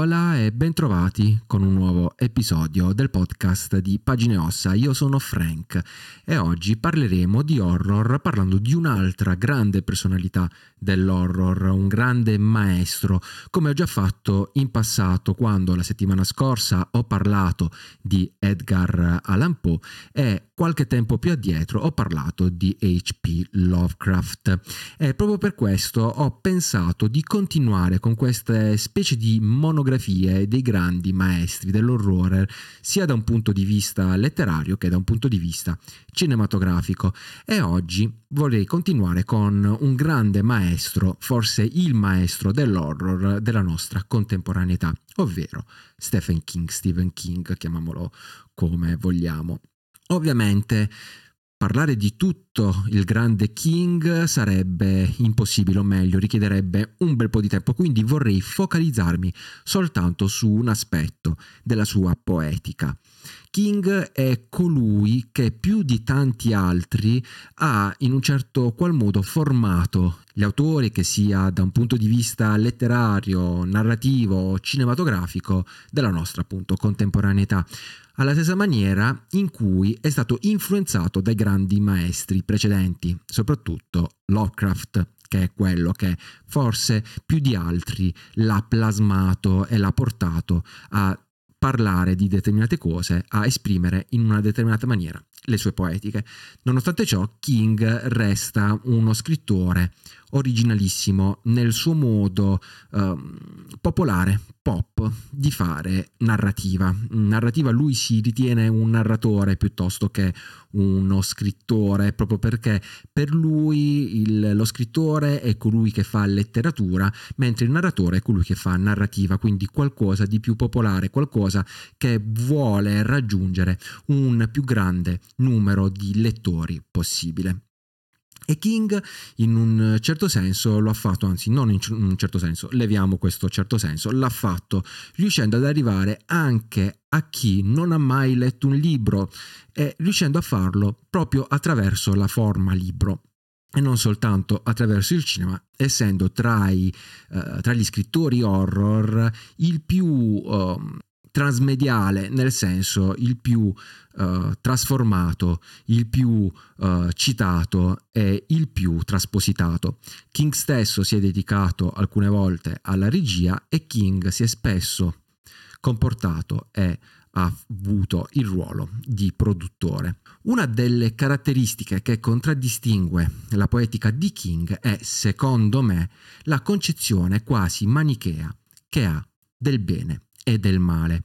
Hola e bentrovati con un nuovo episodio del podcast di Pagine Ossa. Io sono Frank e oggi parleremo di horror parlando di un'altra grande personalità dell'horror, un grande maestro, come ho già fatto in passato quando la settimana scorsa ho parlato di Edgar Allan Poe e qualche tempo più addietro ho parlato di H.P. Lovecraft. E proprio per questo ho pensato di continuare con queste specie di monografie dei grandi maestri dell'orrore, sia da un punto di vista letterario che da un punto di vista cinematografico. E oggi vorrei continuare con un grande maestro, forse il maestro dell'horror della nostra contemporaneità, ovvero Stephen King, chiamiamolo come vogliamo. Ovviamente parlare di tutto il grande King sarebbe impossibile, o meglio, richiederebbe un bel po' di tempo, quindi vorrei focalizzarmi soltanto su un aspetto della sua poetica. King è colui che più di tanti altri ha in un certo qual modo formato gli autori, che sia da un punto di vista letterario, narrativo, cinematografico, della nostra appunto contemporaneità, alla stessa maniera in cui è stato influenzato dai grandi maestri precedenti, soprattutto Lovecraft, che è quello che forse più di altri l'ha plasmato e l'ha portato a parlare di determinate cose, a esprimere in una determinata maniera le sue poetiche. Nonostante ciò, King resta uno scrittore originalissimo nel suo modo popolare, pop, di fare narrativa. Lui si ritiene un narratore piuttosto che uno scrittore, proprio perché per lui lo scrittore è colui che fa letteratura, mentre il narratore è colui che fa narrativa, quindi qualcosa di più popolare, qualcosa che vuole raggiungere un più grande numero di lettori possibile. E King in un certo senso lo ha fatto, anzi non in un certo senso, leviamo questo certo senso, l'ha fatto riuscendo ad arrivare anche a chi non ha mai letto un libro e riuscendo a farlo proprio attraverso la forma libro e non soltanto attraverso il cinema, essendo tra gli scrittori horror il più transmediale, nel senso il più trasformato, il più citato e il più traspositato. King stesso si è dedicato alcune volte alla regia e King si è spesso comportato e ha avuto il ruolo di produttore. Una delle caratteristiche che contraddistingue la poetica di King è, secondo me, la concezione quasi manichea che ha del bene e del male.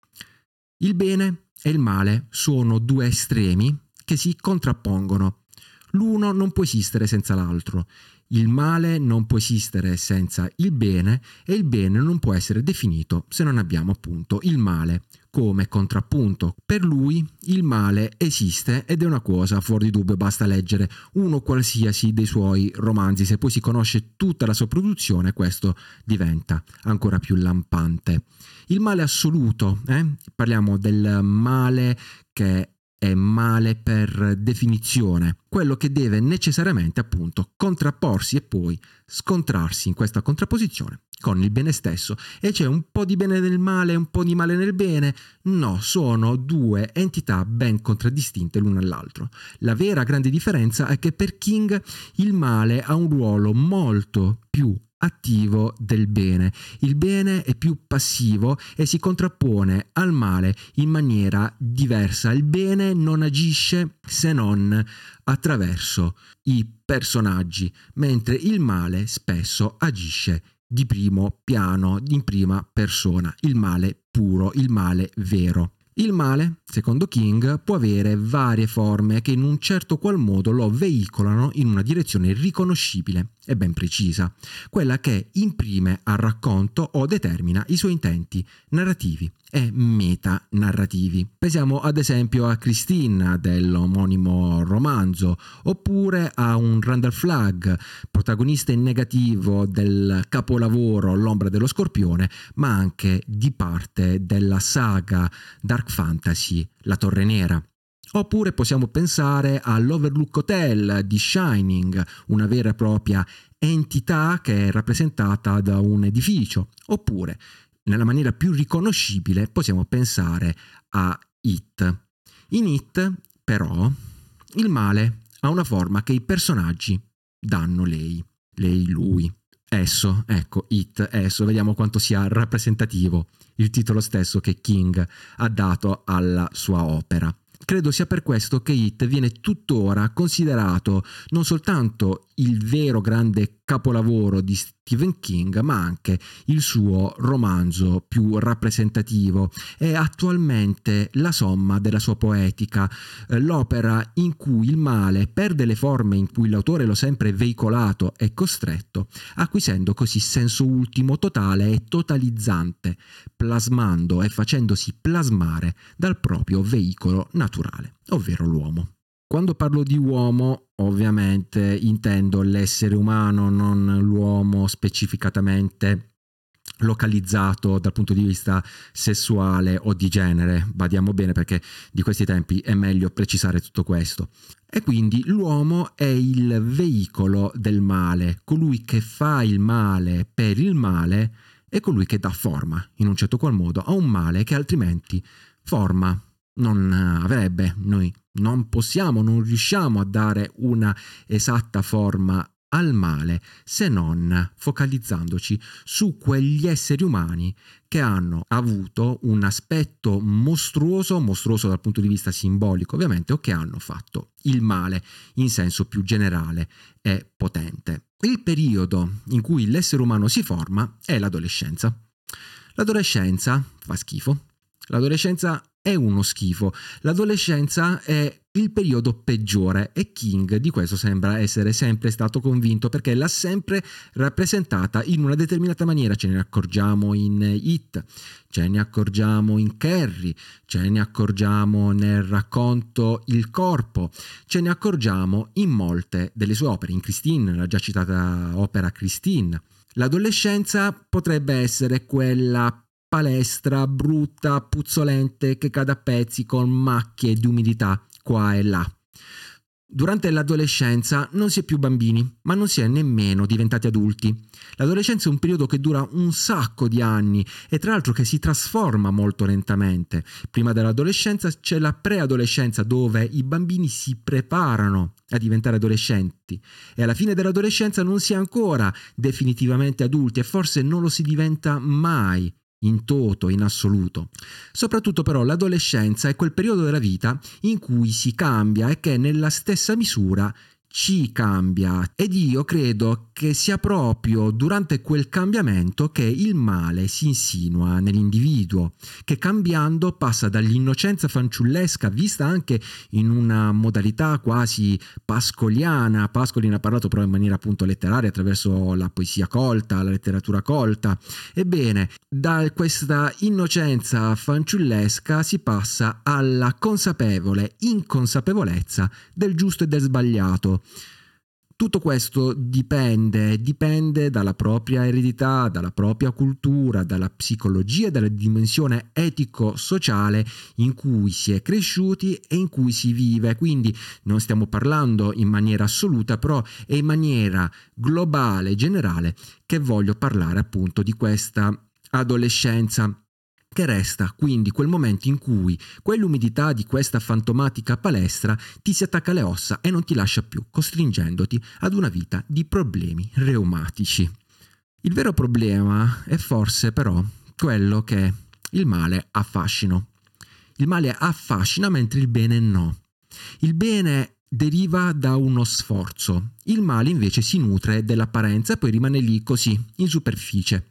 Il bene e il male sono due estremi che si contrappongono. L'uno non può esistere senza l'altro. Il male non può esistere senza il bene e il bene non può essere definito se non abbiamo appunto il male come contrappunto. Per lui il male esiste ed è una cosa fuori di dubbio, basta leggere uno qualsiasi dei suoi romanzi, se poi si conosce tutta la sua produzione questo diventa ancora più lampante. Il male assoluto, parliamo del male che è male per definizione, quello che deve necessariamente appunto contrapporsi e poi scontrarsi in questa contrapposizione con il bene stesso. E c'è un po' di bene nel male e un po' di male nel bene? No, sono due entità ben contraddistinte l'una dall'altro. La vera grande differenza è che per King il male ha un ruolo molto più attivo del bene. Il bene è più passivo e si contrappone al male in maniera diversa. Il bene non agisce se non attraverso i personaggi, mentre il male spesso agisce di primo piano, in prima persona, il male puro, il male vero. Il male, secondo King, può avere varie forme che in un certo qual modo lo veicolano in una direzione riconoscibile e ben precisa, quella che imprime al racconto o determina i suoi intenti narrativi e metanarrativi. Pensiamo ad esempio a Christine dell'omonimo romanzo, oppure a un Randall Flagg, protagonista in negativo del capolavoro L'ombra dello scorpione, ma anche di parte della saga dark fantasy La Torre Nera. Oppure possiamo pensare all'Overlook Hotel di Shining, una vera e propria entità che è rappresentata da un edificio. Oppure nella maniera più riconoscibile possiamo pensare a It. In It, però, il male ha una forma che i personaggi danno lei, lui. Esso, ecco, It, esso, vediamo quanto sia rappresentativo il titolo stesso che King ha dato alla sua opera. Credo sia per questo che It viene tuttora considerato non soltanto il vero grande capolavoro di Stephen King, ma anche il suo romanzo più rappresentativo. È attualmente la somma della sua poetica, l'opera in cui il male perde le forme in cui l'autore lo ha sempre veicolato e costretto, acquisendo così senso ultimo, totale e totalizzante, plasmando e facendosi plasmare dal proprio veicolo naturale, ovvero l'uomo. Quando parlo di uomo, ovviamente intendo l'essere umano, non l'uomo specificatamente localizzato dal punto di vista sessuale o di genere. Badiamo bene, perché di questi tempi è meglio precisare tutto questo. E quindi l'uomo è il veicolo del male, colui che fa il male per il male e colui che dà forma, in un certo qual modo, a un male che altrimenti forma non avrebbe. Noi non riusciamo a dare una esatta forma al male se non focalizzandoci su quegli esseri umani che hanno avuto un aspetto mostruoso dal punto di vista simbolico ovviamente, o che hanno fatto il male in senso più generale e potente. Il periodo in cui l'essere umano si forma è l'adolescenza. L'adolescenza fa schifo. L'adolescenza è uno schifo. L'adolescenza è il periodo peggiore e King di questo sembra essere sempre stato convinto, perché l'ha sempre rappresentata in una determinata maniera. Ce ne accorgiamo in It, ce ne accorgiamo in Carrie, ce ne accorgiamo nel racconto Il corpo, ce ne accorgiamo in molte delle sue opere, in Christine, la già citata opera Christine. L'adolescenza potrebbe essere quella palestra brutta, puzzolente, che cade a pezzi con macchie di umidità qua e là. Durante l'adolescenza non si è più bambini, ma non si è nemmeno diventati adulti. L'adolescenza è un periodo che dura un sacco di anni e tra l'altro che si trasforma molto lentamente. Prima dell'adolescenza c'è la preadolescenza, dove i bambini si preparano a diventare adolescenti, e alla fine dell'adolescenza non si è ancora definitivamente adulti e forse non lo si diventa mai in toto, in assoluto. Soprattutto però l'adolescenza è quel periodo della vita in cui si cambia e che nella stessa misura ci cambia, ed io credo che sia proprio durante quel cambiamento che il male si insinua nell'individuo, che cambiando passa dall'innocenza fanciullesca, vista anche in una modalità quasi pascoliana. Pascolin ha parlato però in maniera appunto letteraria, attraverso la poesia colta, la letteratura colta. Ebbene, da questa innocenza fanciullesca si passa alla consapevole inconsapevolezza del giusto e del sbagliato. Tutto questo dipende dalla propria eredità, dalla propria cultura, dalla psicologia, dalla dimensione etico-sociale in cui si è cresciuti e in cui si vive. Quindi non stiamo parlando in maniera assoluta, però è in maniera globale, generale, che voglio parlare appunto di questa adolescenza, che resta quindi quel momento in cui quell'umidità di questa fantomatica palestra ti si attacca alle ossa e non ti lascia più, costringendoti ad una vita di problemi reumatici. Il vero problema è forse però quello che il male ha fascino. Il male affascina mentre il bene no. Il bene deriva da uno sforzo, il male invece si nutre dell'apparenza e poi rimane lì così, in superficie.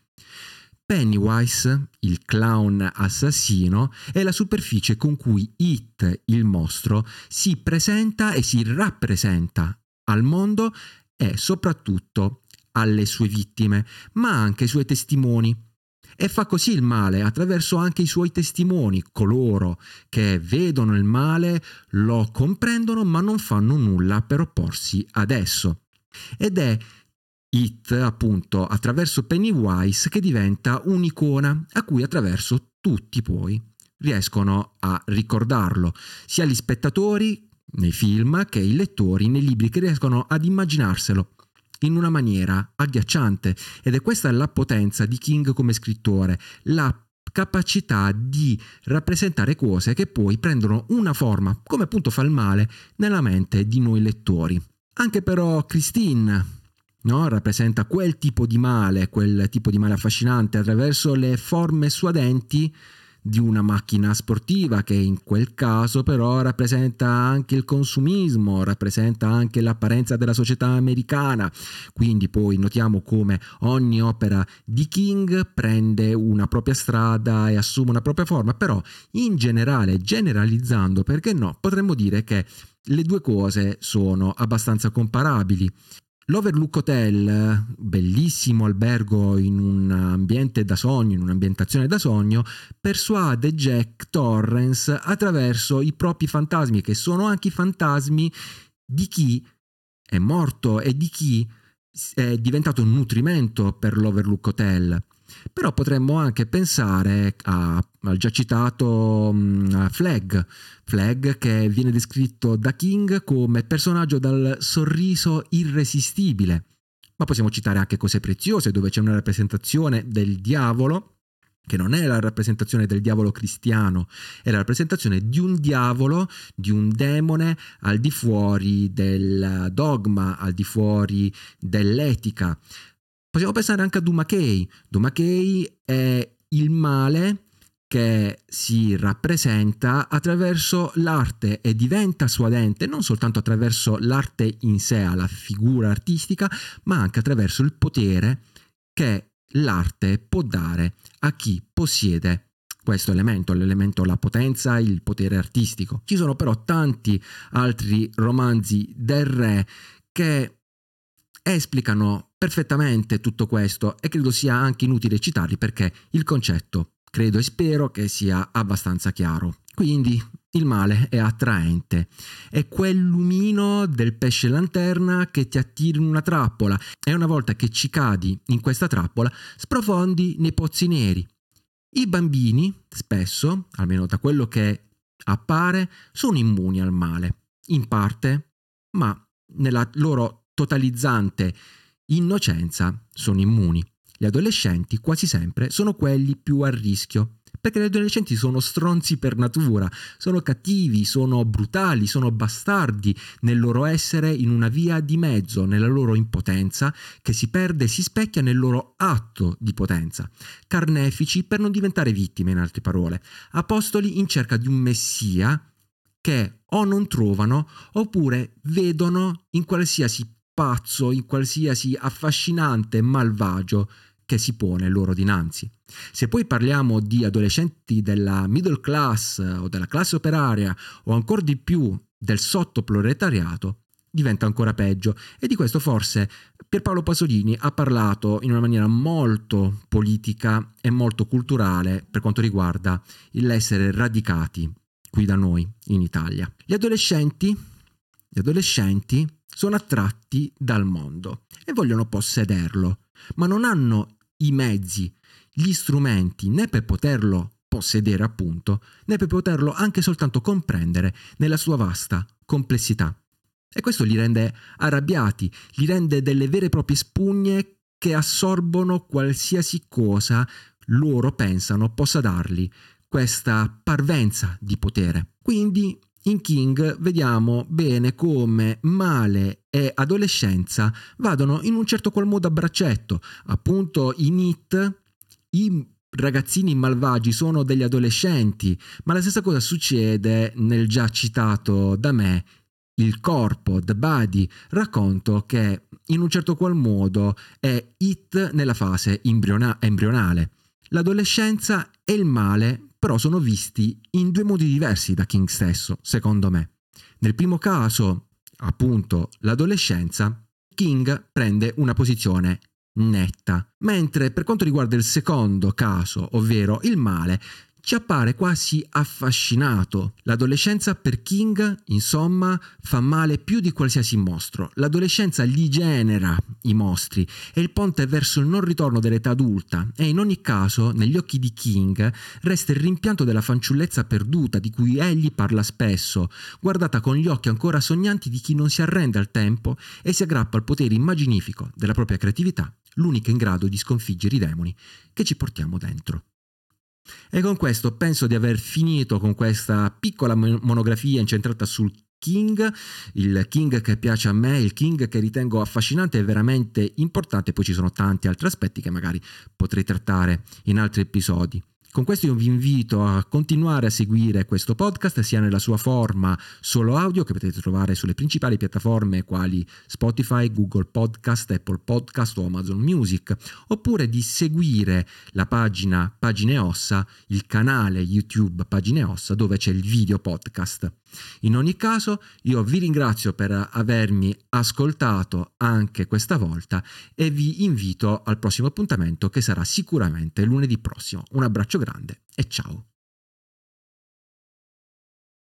Pennywise, il clown assassino, è la superficie con cui It, il mostro, si presenta e si rappresenta al mondo e soprattutto alle sue vittime, ma anche ai suoi testimoni. E fa così il male attraverso anche i suoi testimoni, coloro che vedono il male, lo comprendono ma non fanno nulla per opporsi ad esso. Ed è It, appunto, attraverso Pennywise, che diventa un'icona a cui attraverso tutti poi riescono a ricordarlo, sia gli spettatori nei film che i lettori nei libri, che riescono ad immaginarselo. in una maniera agghiacciante, ed è questa la potenza di King come scrittore, la capacità di rappresentare cose che poi prendono una forma, come appunto fa il male, nella mente di noi lettori. Anche però Christine, no, rappresenta quel tipo di male affascinante attraverso le forme suadenti di una macchina sportiva, che in quel caso però rappresenta anche il consumismo, rappresenta anche l'apparenza della società americana. Quindi poi notiamo come ogni opera di King prende una propria strada e assume una propria forma, però in generale, generalizzando, perché no, potremmo dire che le due cose sono abbastanza comparabili. L'Overlook Hotel, bellissimo albergo in un ambiente da sogno, in un'ambientazione da sogno, persuade Jack Torrance attraverso i propri fantasmi, che sono anche i fantasmi di chi è morto e di chi è diventato un nutrimento per l'Overlook Hotel. Però potremmo anche pensare al già citato Flag, che viene descritto da King come personaggio dal sorriso irresistibile. Ma possiamo citare anche Cose preziose, dove c'è una rappresentazione del diavolo, che non è la rappresentazione del diavolo cristiano, è la rappresentazione di un diavolo, di un demone al di fuori del dogma, al di fuori dell'etica. Possiamo pensare anche a Duma Key. Duma Key è il male che si rappresenta attraverso l'arte e diventa suadente non soltanto attraverso l'arte in sé, la figura artistica, ma anche attraverso il potere che l'arte può dare a chi possiede questo elemento, l'elemento, la potenza, il potere artistico. Ci sono però tanti altri romanzi del re che esplicano perfettamente tutto questo, e credo sia anche inutile citarli perché il concetto, credo e spero che sia abbastanza chiaro. Quindi il male è attraente, è quel lumino del pesce lanterna che ti attira in una trappola, e una volta che ci cadi in questa trappola sprofondi nei pozzi neri. I bambini spesso, almeno da quello che appare, sono immuni al male, in parte, ma nella loro totalizzante innocenza sono immuni. Gli adolescenti quasi sempre sono quelli più a rischio, perché gli adolescenti sono stronzi per natura, sono cattivi, sono brutali, sono bastardi nel loro essere in una via di mezzo, nella loro impotenza che si perde e si specchia nel loro atto di potenza. Carnefici per non diventare vittime, in altre parole. Apostoli in cerca di un messia che o non trovano oppure vedono in qualsiasi pazzo, in qualsiasi affascinante malvagio che si pone loro dinanzi. Se poi parliamo di adolescenti della middle class o della classe operaria o ancora di più del sottoproletariato, diventa ancora peggio, e di questo forse Pierpaolo Pasolini ha parlato in una maniera molto politica e molto culturale per quanto riguarda l'essere radicati qui da noi in Italia. Gli adolescenti sono attratti dal mondo e vogliono possederlo, ma non hanno i mezzi, gli strumenti né per poterlo possedere appunto, né per poterlo anche soltanto comprendere nella sua vasta complessità. E questo li rende arrabbiati, li rende delle vere e proprie spugne che assorbono qualsiasi cosa loro pensano possa dargli questa parvenza di potere. Quindi in King vediamo bene come male e adolescenza vadano in un certo qual modo a braccetto. Appunto in It i ragazzini malvagi sono degli adolescenti, ma la stessa cosa succede nel già citato da me Il corpo, The Body, racconto che in un certo qual modo è It nella fase embrionale. L'adolescenza e il male però sono visti in due modi diversi da King stesso, secondo me. Nel primo caso, appunto, l'adolescenza, King prende una posizione netta, mentre per quanto riguarda il secondo caso, ovvero il male, ci appare quasi affascinato. L'adolescenza per King, insomma, fa male più di qualsiasi mostro. L'adolescenza gli genera i mostri, è il ponte verso il non ritorno dell'età adulta e in ogni caso, negli occhi di King, resta il rimpianto della fanciullezza perduta di cui egli parla spesso, guardata con gli occhi ancora sognanti di chi non si arrende al tempo e si aggrappa al potere immaginifico della propria creatività, l'unica in grado di sconfiggere i demoni che ci portiamo dentro. E con questo penso di aver finito con questa piccola monografia incentrata sul King, il King che piace a me, il King che ritengo affascinante e veramente importante. Poi ci sono tanti altri aspetti che magari potrei trattare in altri episodi. Con questo io vi invito a continuare a seguire questo podcast sia nella sua forma solo audio che potete trovare sulle principali piattaforme quali Spotify, Google Podcast, Apple Podcast o Amazon Music, oppure di seguire la pagina Pagine Ossa, il canale YouTube Pagine Ossa dove c'è il video podcast. In ogni caso io vi ringrazio per avermi ascoltato anche questa volta e vi invito al prossimo appuntamento che sarà sicuramente lunedì prossimo. Un abbraccio grande e ciao!